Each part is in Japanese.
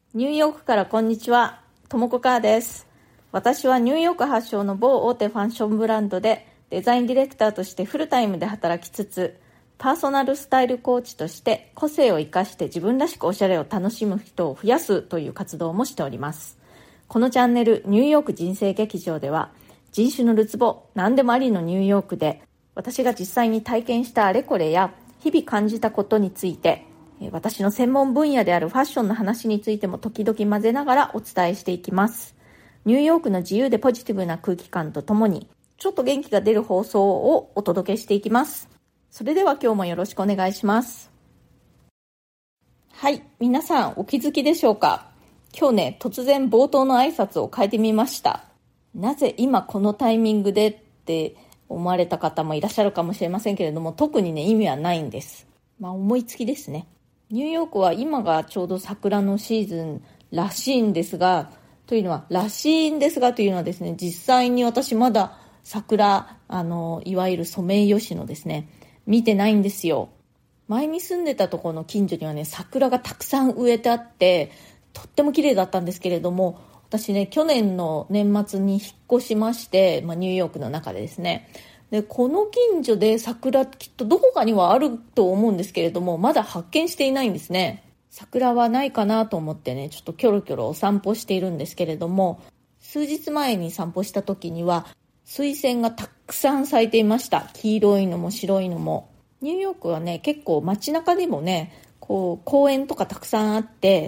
ニューヨークからこんにちは、ともこかーです。私はニューヨーク発祥の某大手ファッションブランドでデザインディレクターとしてフルタイムで働きつつ、パーソナルスタイルコーチとして個性を生かして自分らしくおしゃれを楽しむ人を増やすという活動もしております。このチャンネルニューヨーク人生劇場では、人種のるつぼ何でもありのニューヨークで私が実際に体験したあれこれや日々感じたことについて、私の専門分野であるファッションの話についても時々混ぜながらお伝えしていきます。ニューヨークの自由でポジティブな空気感とともにちょっと元気が出る放送をお届けしていきます。それでは今日もよろしくお願いします。はい、皆さんお気づきでしょうか？今日ね、突然冒頭の挨拶を変えてみました。なぜ今このタイミングでって思われた方もいらっしゃるかもしれませんけれども、特にね意味はないんです。思いつきですね。ニューヨークは今がちょうど桜のシーズンらしいんですが、というのはですね、実際に私まだ桜、いわゆるソメイヨシノですね、見てないんですよ。前に住んでたところの近所にはね、桜がたくさん植えてあって、とっても綺麗だったんですけれども、私ね、去年の年末に引っ越しまして、ニューヨークの中でですね、でこの近所で桜きっとどこかにはあると思うんですけれども、まだ発見していないんですね。桜はないかなと思ってね、ちょっとキョロキョロお散歩しているんですけれども、数日前に散歩した時には水仙がたくさん咲いていました。黄色いのも白いのも。ニューヨークはね、結構街中にもね、公園とかたくさんあって、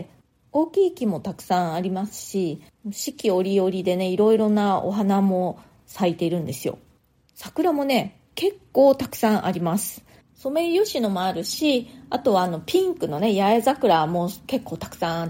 大きい木もたくさんありますし、四季折々でね、いろいろなお花も咲いているんですよ。桜もね、結構たくさんあります。ソメイヨシノもあるし、あとはピンクのね、八重桜も結構たくさんあって、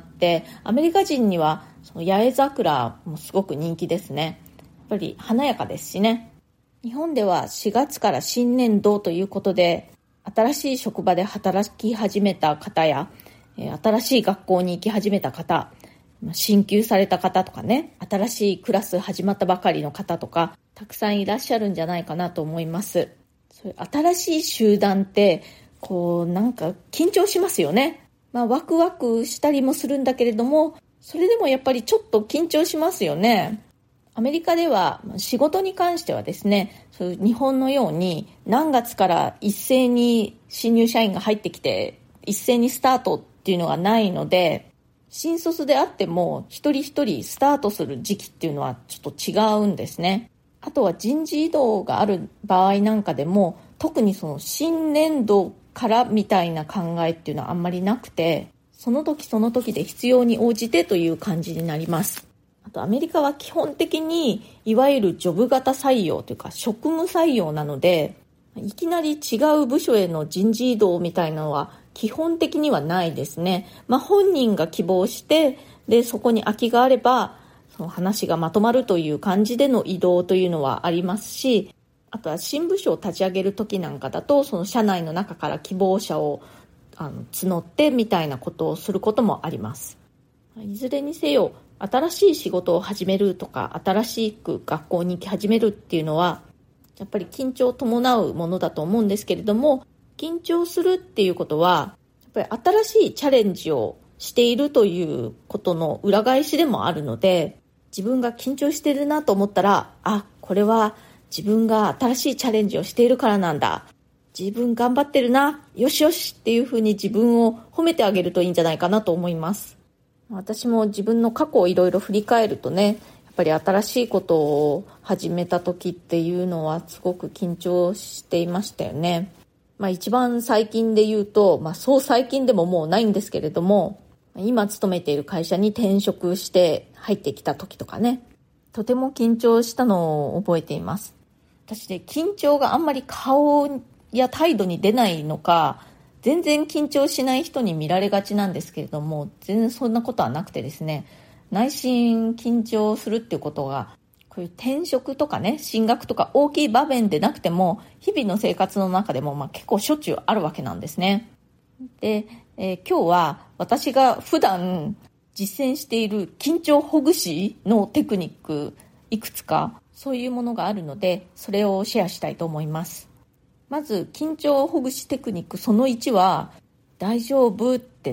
アメリカ人にはその八重桜もすごく人気ですね。やっぱり華やかですしね。日本では4月から新年度ということで、新しい職場で働き始めた方や、新しい学校に行き始めた方、進級された方とかね、新しいクラス始まったばかりの方とかたくさんいらっしゃるんじゃないかなと思います。そういう新しい集団ってなんか緊張しますよね。ワクワクしたりもするんだけれども、それでもやっぱりちょっと緊張しますよね。アメリカでは仕事に関してはですね、そういう日本のように何月から一斉に新入社員が入ってきて一斉にスタートっていうのがないので、新卒であっても一人一人スタートする時期っていうのはちょっと違うんですね。あとは人事異動がある場合なんかでも、特にその新年度からみたいな考えっていうのはあんまりなくて、その時その時で必要に応じてという感じになります。あとアメリカは基本的にいわゆるジョブ型採用というか職務採用なので、いきなり違う部署への人事異動みたいなのは基本的にはないですね。本人が希望して、でそこに空きがあればその話がまとまるという感じでの移動というのはありますし、あとは新部署を立ち上げる時なんかだと、その社内の中から希望者を募ってみたいなことをすることもあります。いずれにせよ、新しい仕事を始めるとか新しく学校に行き始めるっていうのはやっぱり緊張を伴うものだと思うんですけれども、緊張するっていうことはやっぱり新しいチャレンジをしているということの裏返しでもあるので、自分が緊張しているなと思ったら、これは自分が新しいチャレンジをしているからなんだ、自分頑張ってるな、よしよしっていうふうに自分を褒めてあげるといいんじゃないかなと思います。私も自分の過去をいろいろ振り返るとね、やっぱり新しいことを始めた時っていうのはすごく緊張していましたよね。一番最近で言うと、そう最近でももうないんですけれども、今勤めている会社に転職して入ってきた時とかね、とても緊張したのを覚えています。私ね、緊張があんまり顔や態度に出ないのか、全然緊張しない人に見られがちなんですけれども、全然そんなことはなくてですね、内心緊張するっていうことが、こういう転職とかね、進学とか大きい場面でなくても、日々の生活の中でも結構しょっちゅうあるわけなんですね。で、今日は私が普段実践している緊張ほぐしのテクニック、いくつかそういうものがあるので、それをシェアしたいと思います。まず緊張ほぐしテクニックその1は、大丈夫ってね、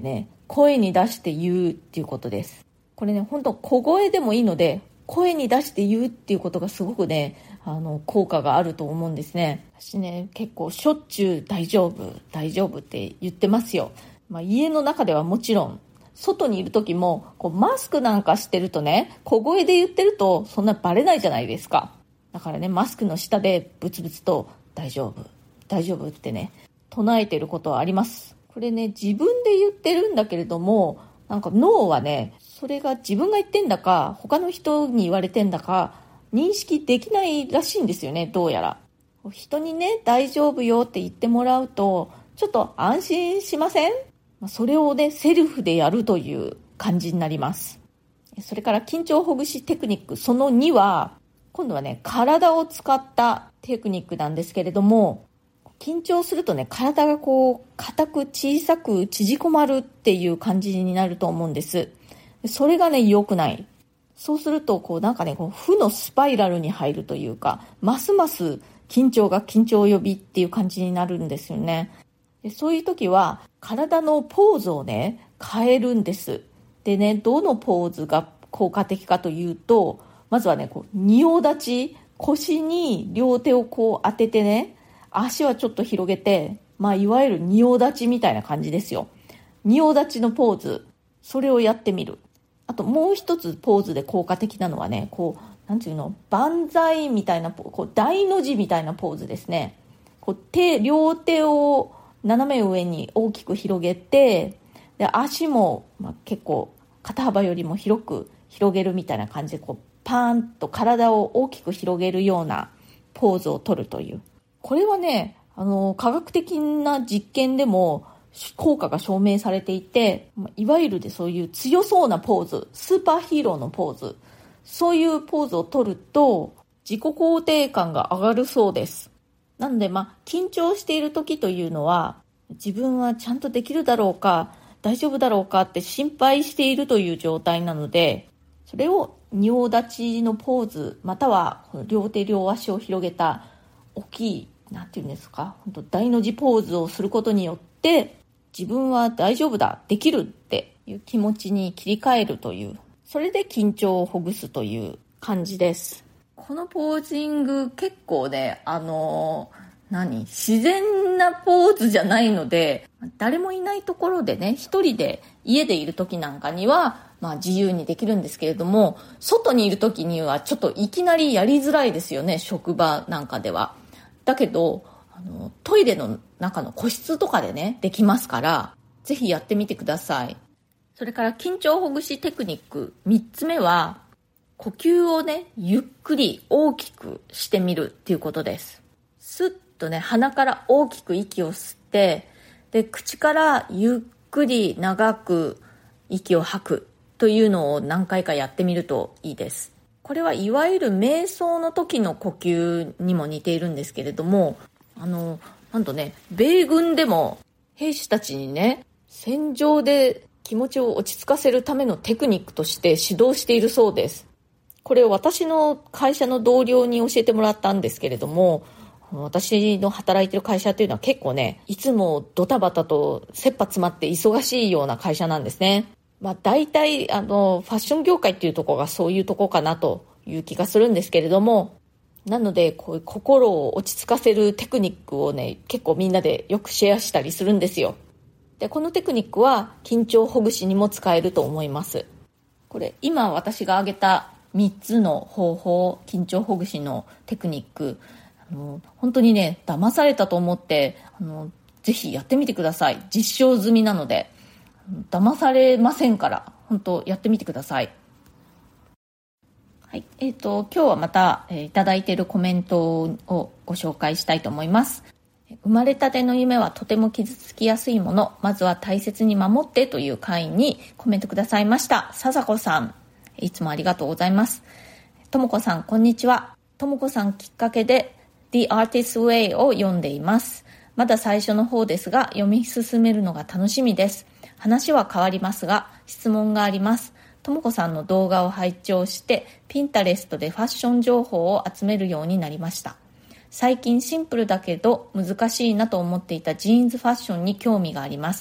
声に出して言うっていうことです。これね、本当小声でもいいので、声に出して言うっていうことがすごくね、効果があると思うんですね。私ね、結構しょっちゅう大丈夫、大丈夫って言ってますよ。家の中ではもちろん、外にいる時もマスクなんかしてるとね、小声で言ってるとそんなバレないじゃないですか。だからね、マスクの下でブツブツと大丈夫、大丈夫ってね、唱えてることはあります。これね、自分で言ってるんだけれども、なんか脳はね、それが自分が言ってんだか他の人に言われてんだか認識できないらしいんですよね。どうやら人にね、大丈夫よって言ってもらうとちょっと安心しません？それをね、セルフでやるという感じになります。それから緊張ほぐしテクニックその2は、今度はね、体を使ったテクニックなんですけれども、緊張するとね、体が硬く小さく縮こまるっていう感じになると思うんです。それがね、良くない。そうするとなんかね、負のスパイラルに入るというか、ますます緊張が緊張を呼びっていう感じになるんですよね。で、そういう時は体のポーズをね、変えるんです。でね、どのポーズが効果的かというと、まずはね、仁王立ち、腰に両手を当ててね、足はちょっと広げて、いわゆる仁王立ちみたいな感じですよ。仁王立ちのポーズ、それをやってみる。あともう一つポーズで効果的なのはね、なんていうの、万歳みたいな大の字みたいなポーズですね。両手を斜め上に大きく広げて、で足も結構肩幅よりも広く広げるみたいな感じでパーンと体を大きく広げるようなポーズを取るという。これはね、科学的な実験でも効果が証明されていて、いわゆるでそういう強そうなポーズ、スーパーヒーローのポーズ、そういうポーズを取ると自己肯定感が上がるそうです。なので緊張している時というのは、自分はちゃんとできるだろうか、大丈夫だろうかって心配しているという状態なので、それを仁王立ちのポーズ、または両手両足を広げた大きい、なんていうんですか、本当大の字ポーズをすることによって、自分は大丈夫だ、できるっていう気持ちに切り替えるという、それで緊張をほぐすという感じです。このポージング結構ね、自然なポーズじゃないので、誰もいないところでね、一人で家でいる時なんかには自由にできるんですけれども、外にいる時にはちょっといきなりやりづらいですよね、職場なんかでは。だけどトイレの中の個室とかでね、できますから、ぜひやってみてください。それから緊張ほぐしテクニック3つ目は、呼吸をね、ゆっくり大きくしてみるっていうことです。スッとね、鼻から大きく息を吸って、で口からゆっくり長く息を吐くというのを何回かやってみるといいです。これはいわゆる瞑想の時の呼吸にも似ているんですけれども、なんとね、米軍でも兵士たちにね、戦場で気持ちを落ち着かせるためのテクニックとして指導しているそうです。これを私の会社の同僚に教えてもらったんですけれども、私の働いている会社というのは結構ね、いつもドタバタと切羽詰まって忙しいような会社なんですね。大体ファッション業界っていうところがそういうところかなという気がするんですけれども、なのでこういう心を落ち着かせるテクニックをね、結構みんなでよくシェアしたりするんですよ。でこのテクニックは緊張ほぐしにも使えると思います。これ今私が挙げた3つの方法、緊張ほぐしのテクニック、本当にね、騙されたと思ってぜひやってみてください。実証済みなので騙されませんから、本当やってみてください。はい、今日はまた、いただいているコメントをご紹介したいと思います。生まれたての夢はとても傷つきやすいもの、まずは大切に守ってという回にコメントくださいました。笹子さん、いつもありがとうございます。ともこさん、こんにちは。ともこさんきっかけで The Artist's Way を読んでいます。まだ最初の方ですが、読み進めるのが楽しみです。話は変わりますが、質問があります。ともこさんの動画を拝聴して、ピンタレストでファッション情報を集めるようになりました。最近シンプルだけど難しいなと思っていたジーンズファッションに興味があります。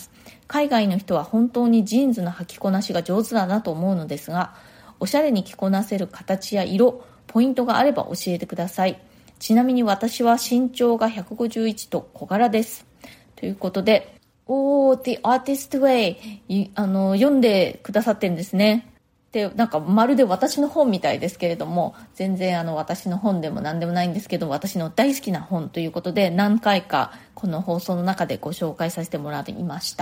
海外の人は本当にジーンズの履きこなしが上手だなと思うのですが、おしゃれに着こなせる形や色、ポイントがあれば教えてください。ちなみに私は身長が151と小柄です。ということで、The Artist Way、読んでくださってるんですね。で、なんかまるで私の本みたいですけれども、全然私の本でも何でもないんですけど、私の大好きな本ということで、何回かこの放送の中でご紹介させてもらいました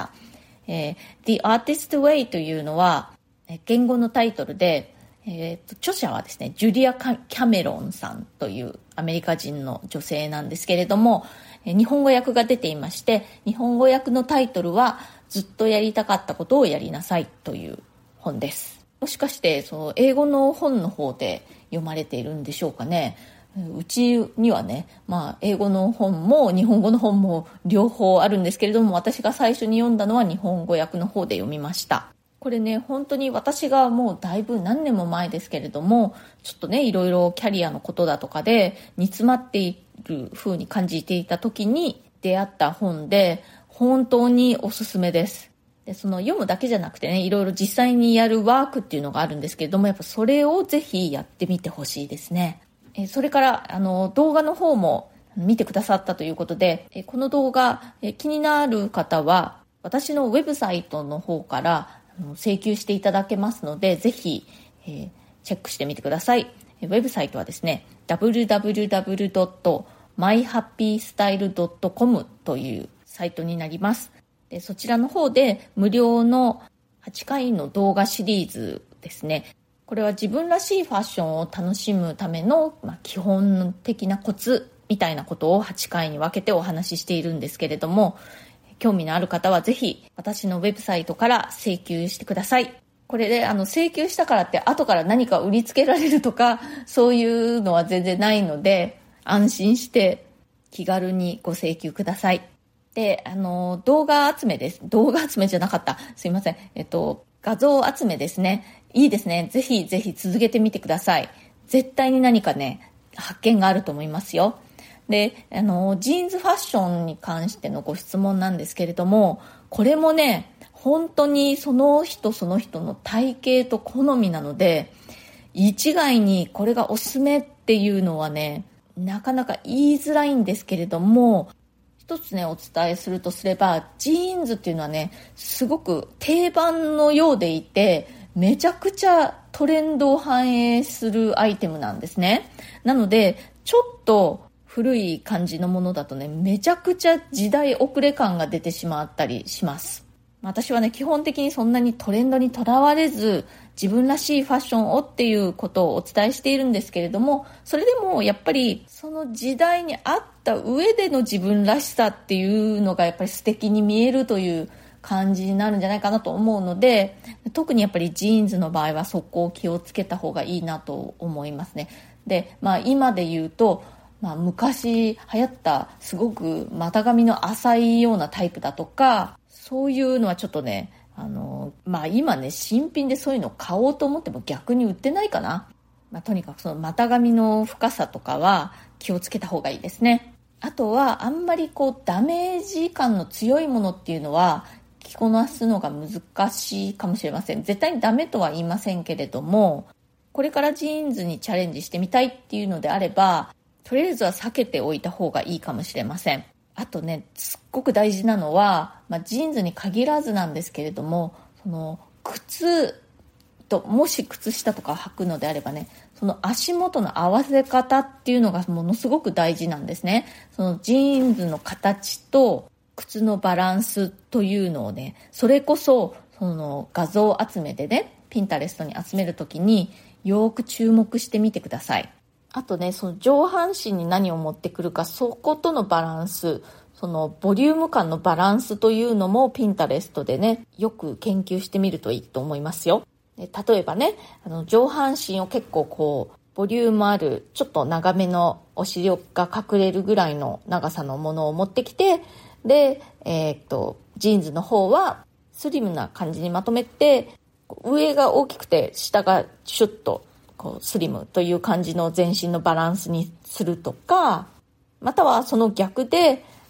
。The Artist Way というのは、言語のタイトルで、著者はですね、ジュリア・キャメロンさんというアメリカ人の女性なんですけれども、日本語訳が出ていまして、日本語訳のタイトルは、ずっとやりたかったことをやりなさいという本です。もしかしてその英語の本の方で読まれているんでしょうかね。うちにはね、英語の本も日本語の本も両方あるんですけれども、私が最初に読んだのは日本語訳の方で読みました。これね、本当に私がもうだいぶ何年も前ですけれども、ちょっとね、いろいろキャリアのことだとかで煮詰まっている風に感じていた時に出会った本で、本当におすすめです。で、その読むだけじゃなくてね、いろいろ実際にやるワークっていうのがあるんですけれども、やっぱそれをぜひやってみてほしいですね。それから動画の方も見てくださったということで、この動画気になる方は私のウェブサイトの方から請求していただけますので、ぜひチェックしてみてください。ウェブサイトはですね、www.myhappystyle.com というサイトになります。で、そちらの方で無料の8回の動画シリーズですね。これは自分らしいファッションを楽しむための、基本的なコツみたいなことを8回に分けてお話ししているんですけれども、興味のある方はぜひ私のウェブサイトから請求してください。これで請求したからって後から何か売りつけられるとかそういうのは全然ないので、安心して気軽にご請求ください。で、動画集めです。動画集めじゃなかった。すいません。画像集めですね。いいですね。ぜひぜひ続けてみてください。絶対に何かね、発見があると思いますよ。で、ジーンズファッションに関してのご質問なんですけれども、これもね、本当にその人その人の体型と好みなので、一概にこれがおすすめっていうのはね、なかなか言いづらいんですけれども、一つね、お伝えするとすれば、ジーンズっていうのはね、すごく定番のようでいて、めちゃくちゃトレンドを反映するアイテムなんですね。なので、ちょっと古い感じのものだとね、めちゃくちゃ時代遅れ感が出てしまったりします。私はね、基本的にそんなにトレンドにとらわれず、自分らしいファッションをっていうことをお伝えしているんですけれども、それでもやっぱりその時代に合った上での自分らしさっていうのがやっぱり素敵に見えるという感じになるんじゃないかなと思うので、特にやっぱりジーンズの場合はそこを気をつけた方がいいなと思いますね。で、今で言うと、昔流行ったすごく股上の浅いようなタイプだとか、そういうのはちょっとね、今ね、新品でそういうのを買おうと思っても逆に売ってないかな。とにかくその股上の深さとかは気をつけた方がいいですね。あとはあんまりダメージ感の強いものっていうのは着こなすのが難しいかもしれません。絶対にダメとは言いませんけれども、これからジーンズにチャレンジしてみたいっていうのであれば、とりあえずは避けておいた方がいいかもしれません。あとね、すっごく大事なのは、ジーンズに限らずなんですけれども、その靴と、もし靴下とか履くのであればね、その足元の合わせ方っていうのがものすごく大事なんですね。そのジーンズの形と靴のバランスというのをね、それこそその画像集めでね、ピンタレストに集めるときによく注目してみてください。あとね、その上半身に何を持ってくるか、そことのバランス、そのボリューム感のバランスというのもピンタレストでね、よく研究してみるといいと思いますよ。で、例えばね、上半身を結構ボリュームある、ちょっと長めのお尻が隠れるぐらいの長さのものを持ってきて、で、ジーンズの方はスリムな感じにまとめて、上が大きくて下がシュッとスリムという感じの全身のバランスにするとか、またはその逆で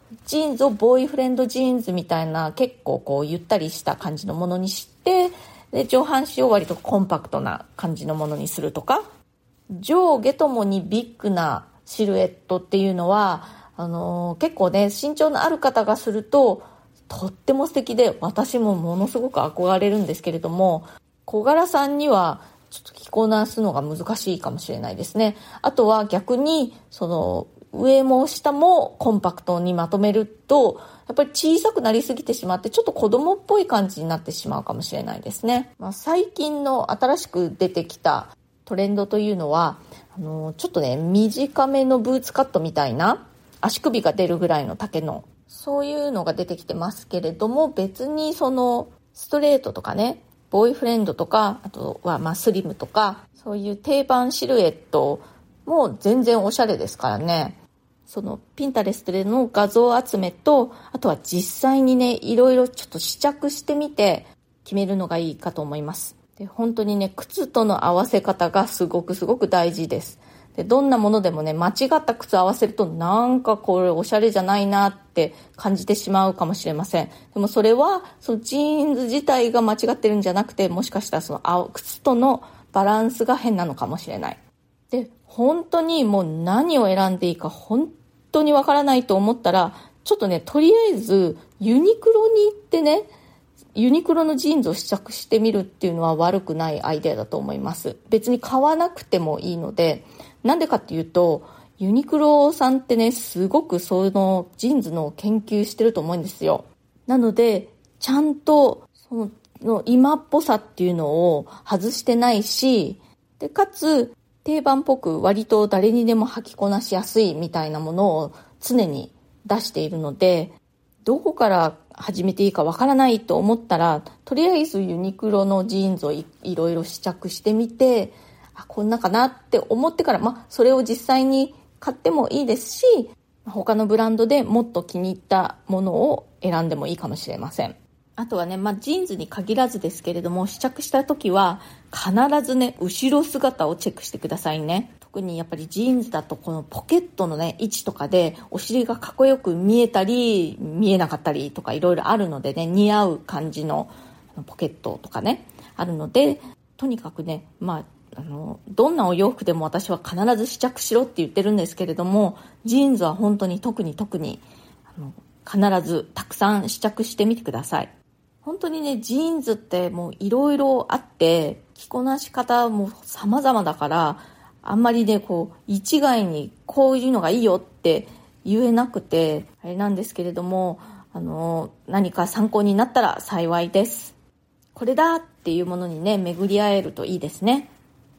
ジーンズをボーイフレンドジーンズみたいな結構こうゆったりした感じのものにして、で上半身を割とコンパクトな感じのものにするとか、上下ともにビッグなシルエットっていうのは結構ね身長のある方がするととっても素敵で、私もものすごく憧れるんですけれども、小柄さんにはちょっと着こなすのが難しいかもしれないですね。あとは逆にその上も下もコンパクトにまとめるとやっぱり小さくなりすぎてしまってちょっと子供っぽい感じになってしまうかもしれないですね。最近の新しく出てきたトレンドというのはちょっとね短めのブーツカットみたいな足首が出るぐらいの丈のそういうのが出てきてますけれども、別にそのストレートとかねボーイフレンドとか、あとはスリムとかそういう定番シルエットも全然おしゃれですからね。そのピンタレストでの画像集めと、あとは実際にねいろいろちょっと試着してみて決めるのがいいかと思います。で本当にね靴との合わせ方がすごく大事です。でどんなものでもね間違った靴合わせるとなんかこれおしゃれじゃないなって感じてしまうかもしれません。でもそれはそのジーンズ自体が間違ってるんじゃなくて、もしかしたらその靴とのバランスが変なのかもしれない。で本当にもう何を選んでいいか本当にわからないと思ったら、ちょっとねとりあえずユニクロに行ってねユニクロのジーンズを試着してみるっていうのは悪くないアイデアだと思います。別に買わなくてもいいので、なんでかっていうとユニクロさんってねすごくそのジーンズの研究してると思うんですよ。なのでちゃんとその今っぽさっていうのを外してないし、でかつ定番っぽく割と誰にでも履きこなしやすいみたいなものを常に出しているので、どこから始めていいかわからないと思ったら、とりあえずユニクロのジーンズをいろいろ試着してみて、こんなかなって思ってから、それを実際に買ってもいいですし、他のブランドでもっと気に入ったものを選んでもいいかもしれません。あとはね、ジーンズに限らずですけれども、試着した時は必ずね後ろ姿をチェックしてくださいね。特にやっぱりジーンズだとこのポケットのね位置とかでお尻がかっこよく見えたり見えなかったりとかいろいろあるのでね、似合う感じのポケットとかねあるので、とにかくねどんなお洋服でも私は必ず試着しろって言ってるんですけれども、ジーンズは本当に特に必ずたくさん試着してみてください。本当にねジーンズってもういろいろあって着こなし方も様々だから、あんまりね一概にこういうのがいいよって言えなくてあれなんですけれども、何か参考になったら幸いです。これだっていうものにね巡り合えるといいですね。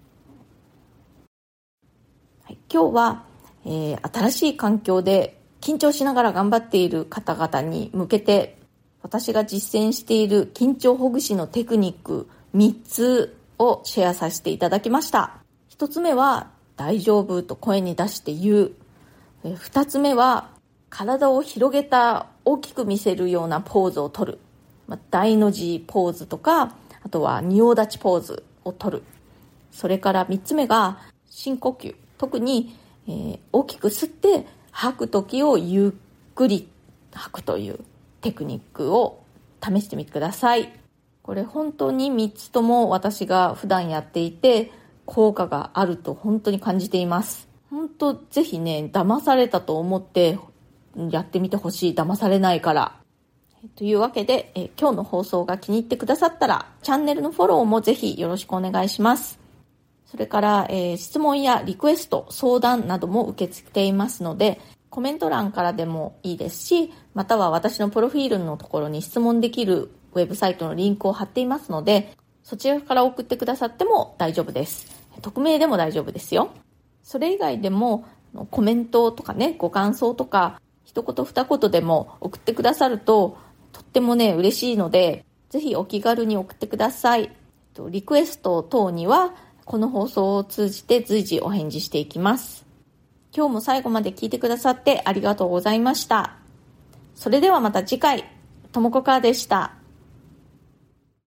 はい、今日は、新しい環境で緊張しながら頑張っている方々に向けて、私が実践している緊張ほぐしのテクニック3つをシェアさせていただきました。1つ目は大丈夫と声に出して言う。2つ目は体を広げた大きく見せるようなポーズを取る。大の字ポーズとか、あとは仁王立ちポーズを取る。それから3つ目が深呼吸。特に、大きく吸って吐く時をゆっくり吐くというテクニックを試してみてください。これ本当に3つとも私が普段やっていて効果があると本当に感じています。本当ぜひね騙されたと思ってやってみてほしい。騙されないから。というわけで、今日の放送が気に入ってくださったらチャンネルのフォローもぜひよろしくお願いします。それから、質問やリクエスト、相談なども受け付けていますので、コメント欄からでもいいですし、または私のプロフィールのところに質問できるウェブサイトのリンクを貼っていますので、そちらから送ってくださっても大丈夫です。匿名でも大丈夫ですよ。それ以外でもコメントとかね、ご感想とか一言二言でも送ってくださるととってもね嬉しいので、ぜひお気軽に送ってください。リクエスト等にはこの放送を通じて随時お返事していきます。今日も最後まで聞いてくださってありがとうございました。それではまた次回、ともこかーでした。